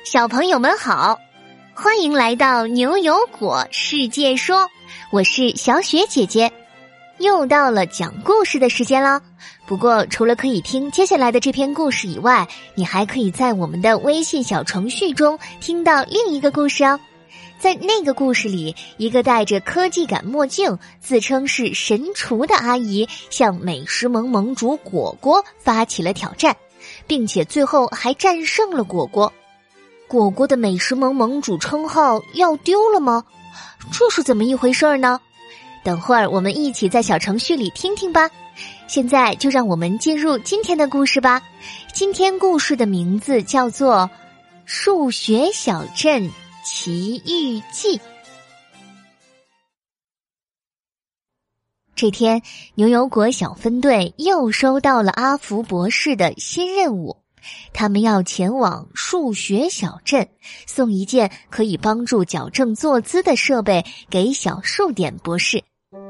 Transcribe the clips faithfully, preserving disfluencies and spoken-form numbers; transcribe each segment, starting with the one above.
小朋友们好，欢迎来到牛油果世界说，我是小雪姐姐。又到了讲故事的时间了，不过除了可以听接下来的这篇故事以外，你还可以在我们的微信小程序中听到另一个故事哦。在那个故事里，一个戴着科技感墨镜自称是神厨的阿姨向美食萌萌主果果发起了挑战，并且最后还战胜了果果。果果的美食萌萌主称号要丢了吗？这是怎么一回事呢？等会儿我们一起在小程序里听听吧。现在就让我们进入今天的故事吧。今天故事的名字叫做《数学小镇奇遇记》。这天，牛油果小分队又收到了阿福博士的新任务，他们要前往数学小镇，送一件可以帮助矫正坐姿的设备给小数点博士。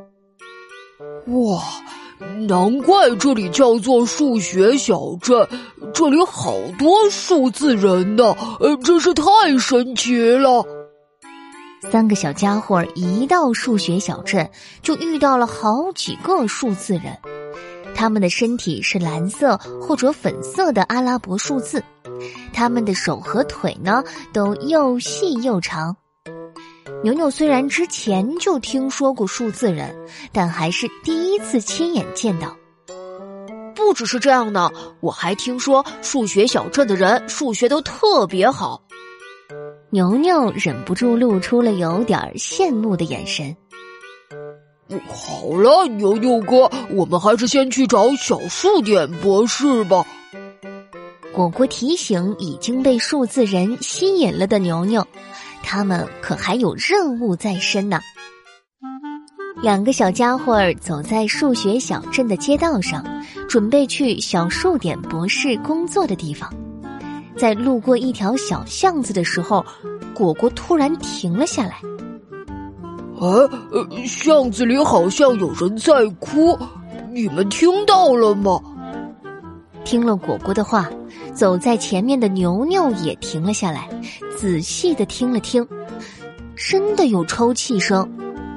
哇，难怪这里叫做数学小镇，这里好多数字人呢，呃，真是太神奇了。 三个小家伙一到数学小镇，就遇到了好几个数字人。他们的身体是蓝色或者粉色的阿拉伯数字，他们的手和腿呢都又细又长。牛牛虽然之前就听说过数字人，但还是第一次亲眼见到。 不只是这样呢，我还听说数学小镇的人数学都特别好。 牛牛忍不住露出了有点羡慕的眼神。 好了，牛牛哥，我们还是先去找小数点博士吧。 果果提醒已经被数字人吸引了的牛牛，他们可还有任务在身呢。两个小家伙儿走在数学小镇的街道上，准备去小数点博士工作的地方。在路过一条小巷子的时候，果果突然停了下来。 哎，呃，巷子里好像有人在哭，你们听到了吗？ 听了果果的话，走在前面的牛牛也停了下来，仔细地听了听，真的有抽泣声。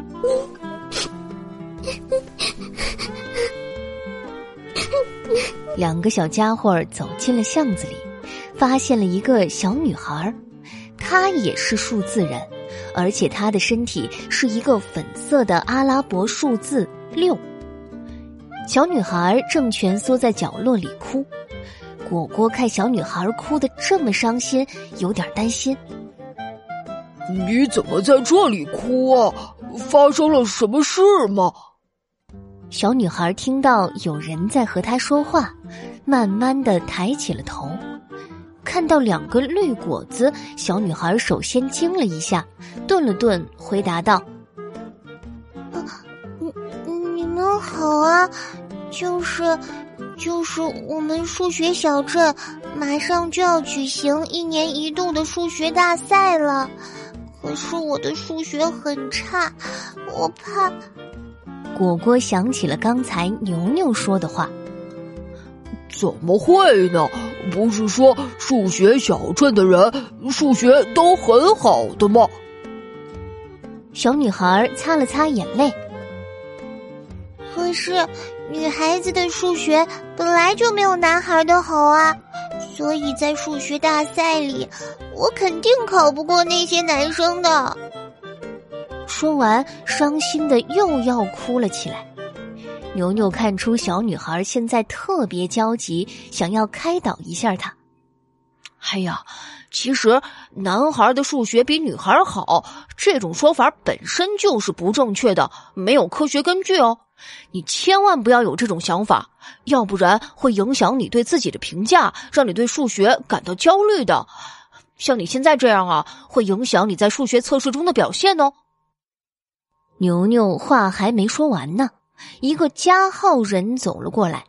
两个小家伙走进了巷子里，发现了一个小女孩，她也是数字人，而且她的身体是一个粉色的阿拉伯数字六。小女孩正蜷缩在角落里哭，果果看小女孩哭得这么伤心，有点担心。 你怎么在这里哭啊？发生了什么事吗？ 小女孩听到有人在和她说话，慢慢地抬起了头，看到两个绿果子，小女孩首先惊了一下，顿了顿，回答道： 啊，你你们好啊，就是就是我们数学小镇马上就要举行一年一度的数学大赛了，可是我的数学很差，我怕。 果果想起了刚才牛牛说的话。 怎么会呢？不是说数学小镇的人数学都很好的吗？ 小女孩擦了擦眼泪。 可是女孩子的数学本来就没有男孩的好啊，所以在数学大赛里，我肯定考不过那些男生的。 说完，伤心的又要哭了起来。牛牛看出小女孩现在特别焦急，想要开导一下她。 哎呀，其实男孩的数学比女孩好，这种说法本身就是不正确的，没有科学根据哦。你千万不要有这种想法，要不然会影响你对自己的评价，让你对数学感到焦虑的。像你现在这样啊，会影响你在数学测试中的表现哦。 牛牛话还没说完呢，一个加号人走了过来。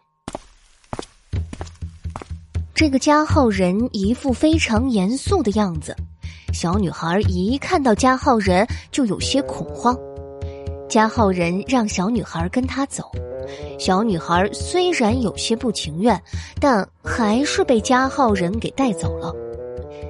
这个加号人一副非常严肃的样子，小女孩一看到加号人就有些恐慌。加号人让小女孩跟他走，小女孩虽然有些不情愿，但还是被加号人给带走了。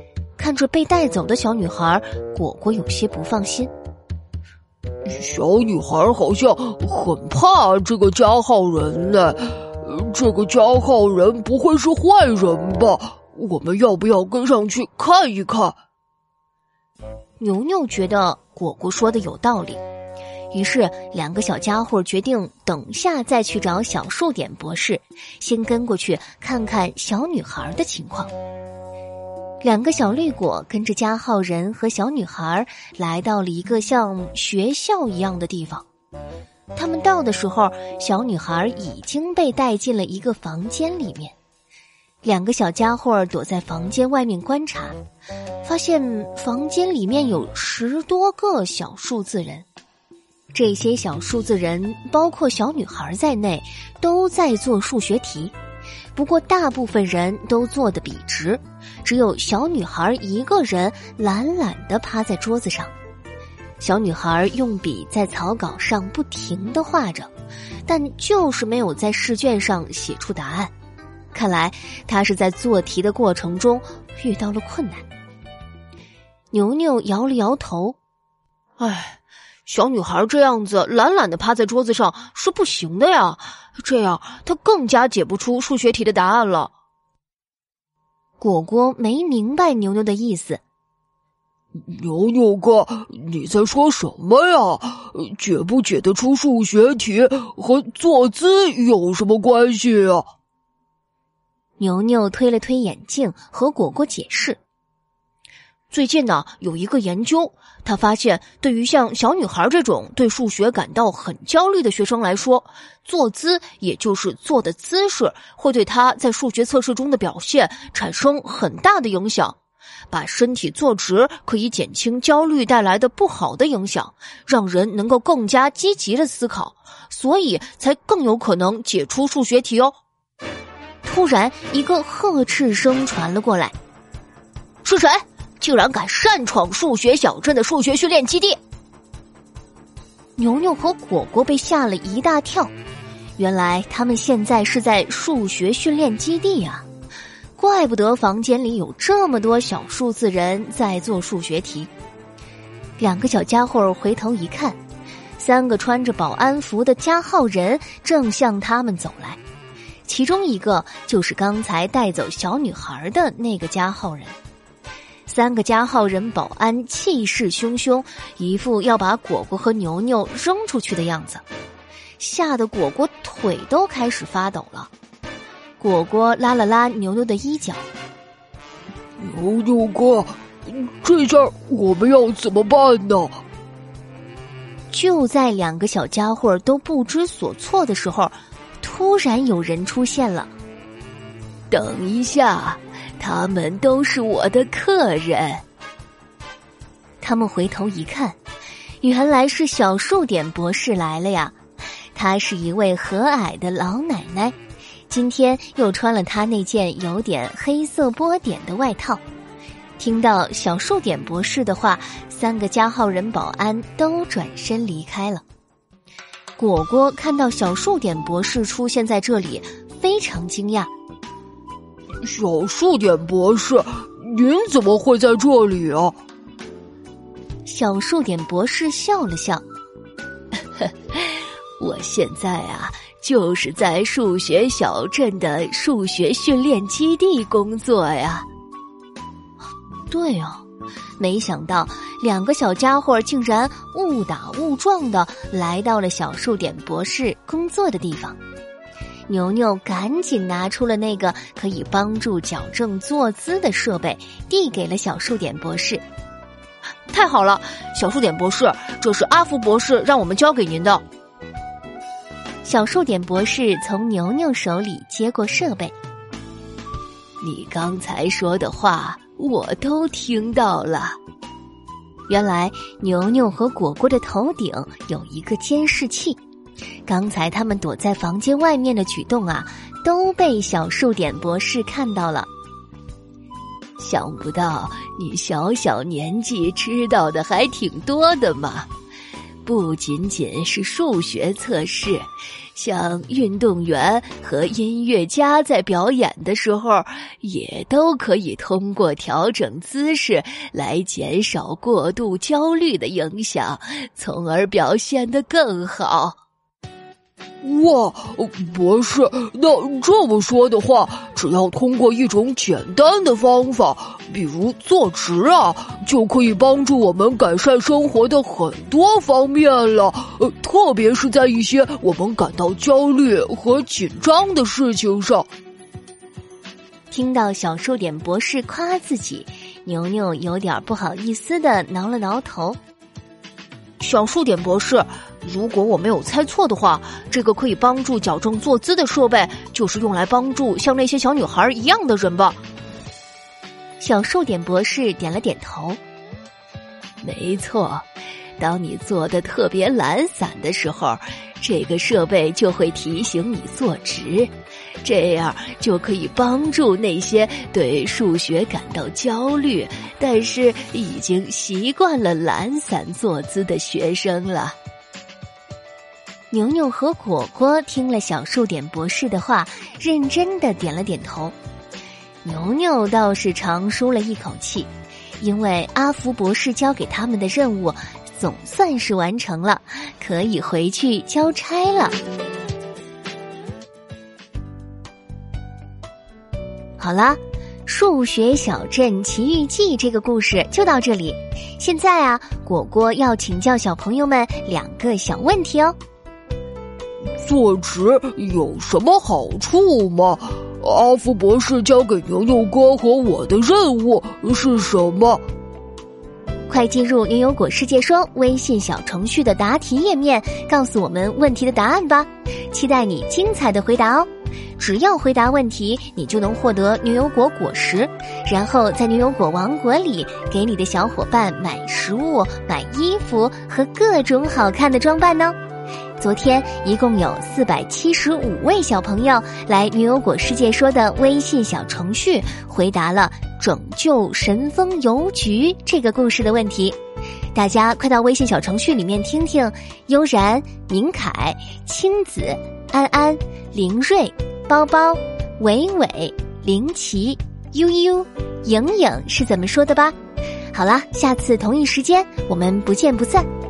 看着被带走的小女孩，果果有些不放心。 小女孩好像很怕这个加号人呢，这个加号人不会是坏人吧？我们要不要跟上去看一看？ 牛牛觉得果果说的有道理，于是两个小家伙决定等下再去找小数点博士，先跟过去看看小女孩的情况。两个小绿果跟着加号人和小女孩来到了一个像学校一样的地方。他们到的时候，小女孩已经被带进了一个房间里面。两个小家伙躲在房间外面观察，发现房间里面有十多个小数字人。这些小数字人包括小女孩在内，都在做数学题。不过大部分人都做得笔直，只有小女孩一个人懒懒地趴在桌子上。小女孩用笔在草稿上不停地画着，但就是没有在试卷上写出答案。看来她是在做题的过程中遇到了困难。牛牛摇了摇头，唉，小女孩这样子懒懒地趴在桌子上是不行的呀，这样她更加解不出数学题的答案了。果果没明白牛牛的意思。 牛牛哥，你在说什么呀？解不解得出数学题和坐姿有什么关系啊？ 牛牛推了推眼镜，和果果解释。最近呢，有一个研究，他发现对于像小女孩这种对数学感到很焦虑的学生来说，坐姿也就是坐的姿势会对她在数学测试中的表现产生很大的影响。把身体坐直可以减轻焦虑带来的不好的影响，让人能够更加积极的思考，所以才更有可能解出数学题哦。突然一个呵斥声传了过来，是谁竟然敢擅闯数学小镇的数学训练基地？牛牛和果果被吓了一大跳，原来他们现在是在数学训练基地啊，怪不得房间里有这么多小数字人在做数学题。两个小家伙回头一看，三个穿着保安服的加号人正向他们走来，其中一个就是刚才带走小女孩的那个加号人。三个加号人保安气势汹汹，一副要把果果和牛牛扔出去的样子，吓得果果腿都开始发抖了。果果拉了拉牛牛的衣角， 牛牛哥，这下我们要怎么办呢？ 就在两个小家伙都不知所措的时候，突然有人出现了。等一下，他们都是我的客人。他们回头一看，原来是小数点博士来了呀。她是一位和蔼的老奶奶，今天又穿了她那件有点黑色波点的外套。听到小数点博士的话，三个加号人保安都转身离开了。果果看到小数点博士出现在这里，非常惊讶。 小数点博士，您怎么会在这里啊？ 小数点博士笑了笑，我现在啊，就是在数学小镇的数学训练基地工作呀。对啊，没想到两个小家伙竟然误打误撞的来到了小数点博士工作的地方。牛牛赶紧拿出了那个可以帮助矫正坐姿的设备，递给了小数点博士。太好了，小数点博士，这是阿福博士让我们交给您的。小数点博士从牛牛手里接过设备。你刚才说的话我都听到了。原来牛牛和果果的头顶有一个监视器，刚才他们躲在房间外面的举动啊，都被小数点博士看到了。想不到你小小年纪知道的还挺多的嘛， 不仅仅是数学测试，像运动员和音乐家在表演的时候，也都可以通过调整姿势来减少过度焦虑的影响，从而表现得更好。 哇，博士，那这么说的话，只要通过一种简单的方法，比如坐直啊，就可以帮助我们改善生活的很多方面了。呃，特别是在一些我们感到焦虑和紧张的事情上。 听到小数点博士夸自己，牛牛有点不好意思地挠了挠头。 小数点博士，如果我没有猜错的话，这个可以帮助矫正坐姿的设备，就是用来帮助像那些小女孩一样的人吧？ 小数点博士点了点头。 没错，当你坐得特别懒散的时候，这个设备就会提醒你坐直，这样就可以帮助那些对数学感到焦虑，但是已经习惯了懒散坐姿的学生了。 牛牛和果果听了小数点博士的话，认真地点了点头。牛牛倒是长舒了一口气，因为阿福博士交给他们的任务总算是完成了，可以回去交差了。好了，数学小镇奇遇记这个故事就到这里。现在啊，果果要请教小朋友们两个小问题哦。 坐直有什么好处吗？阿福博士交给牛牛哥和我的任务是什么？ 快进入牛油果世界说微信小程序的答题页面，告诉我们问题的答案吧，期待你精彩的回答哦。只要回答问题，你就能获得牛油果果实，然后在牛油果王国里给你的小伙伴买食物、买衣服和各种好看的装扮呢。昨天一共有四百七十五位小朋友来牛油果世界说的微信小程序回答了拯救神风邮局这个故事的问题。大家快到微信小程序里面听听悠然、明凯、青子、安安、林瑞、包包、伟伟、林奇、悠悠、莹莹是怎么说的吧。好啦，下次同一时间我们不见不散。